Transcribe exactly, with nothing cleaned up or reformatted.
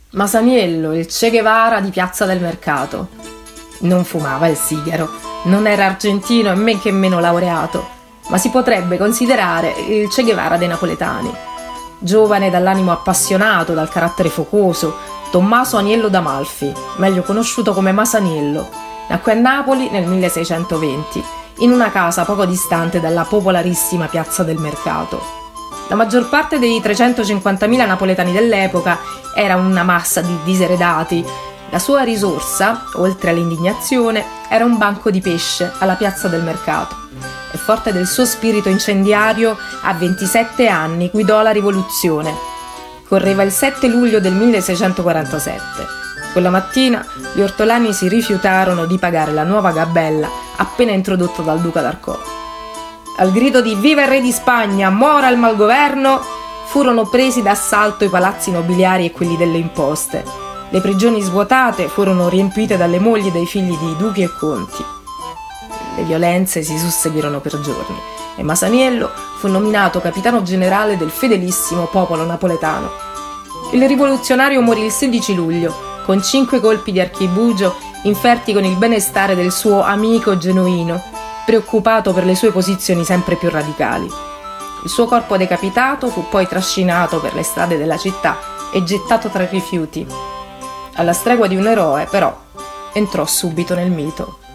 Masaniello, il Che Guevara di Piazza del Mercato. Non fumava il sigaro, non era argentino e men che meno laureato, ma si potrebbe considerare il Che Guevara dei napoletani. Giovane dall'animo appassionato, dal carattere focoso, Tommaso Aniello d'Amalfi, meglio conosciuto come Masaniello, nacque a Napoli nel milleseicentoventi, in una casa poco distante dalla popolarissima Piazza del Mercato. La maggior parte dei trecentocinquantamila napoletani dell'epoca era una massa di diseredati. La sua risorsa, oltre all'indignazione, era un banco di pesce alla Piazza del Mercato. E forte del suo spirito incendiario, a ventisette anni guidò la rivoluzione. Correva il sette luglio del milleseicentoquarantasette. Quella mattina gli ortolani si rifiutarono di pagare la nuova gabella appena introdotta dal duca d'Arco. Al grido di «Viva il re di Spagna, muora il malgoverno!» furono presi d'assalto i palazzi nobiliari e quelli delle imposte. Le prigioni svuotate furono riempite dalle mogli dei figli di duchi e conti. Le violenze si susseguirono per giorni e Masaniello fu nominato capitano generale del fedelissimo popolo napoletano. Il rivoluzionario morì il sedici luglio, con cinque colpi di archibugio inferti con il benestare del suo amico genuino, preoccupato per le sue posizioni sempre più radicali. Il suo corpo decapitato fu poi trascinato per le strade della città e gettato tra i rifiuti. Alla stregua di un eroe, però, entrò subito nel mito.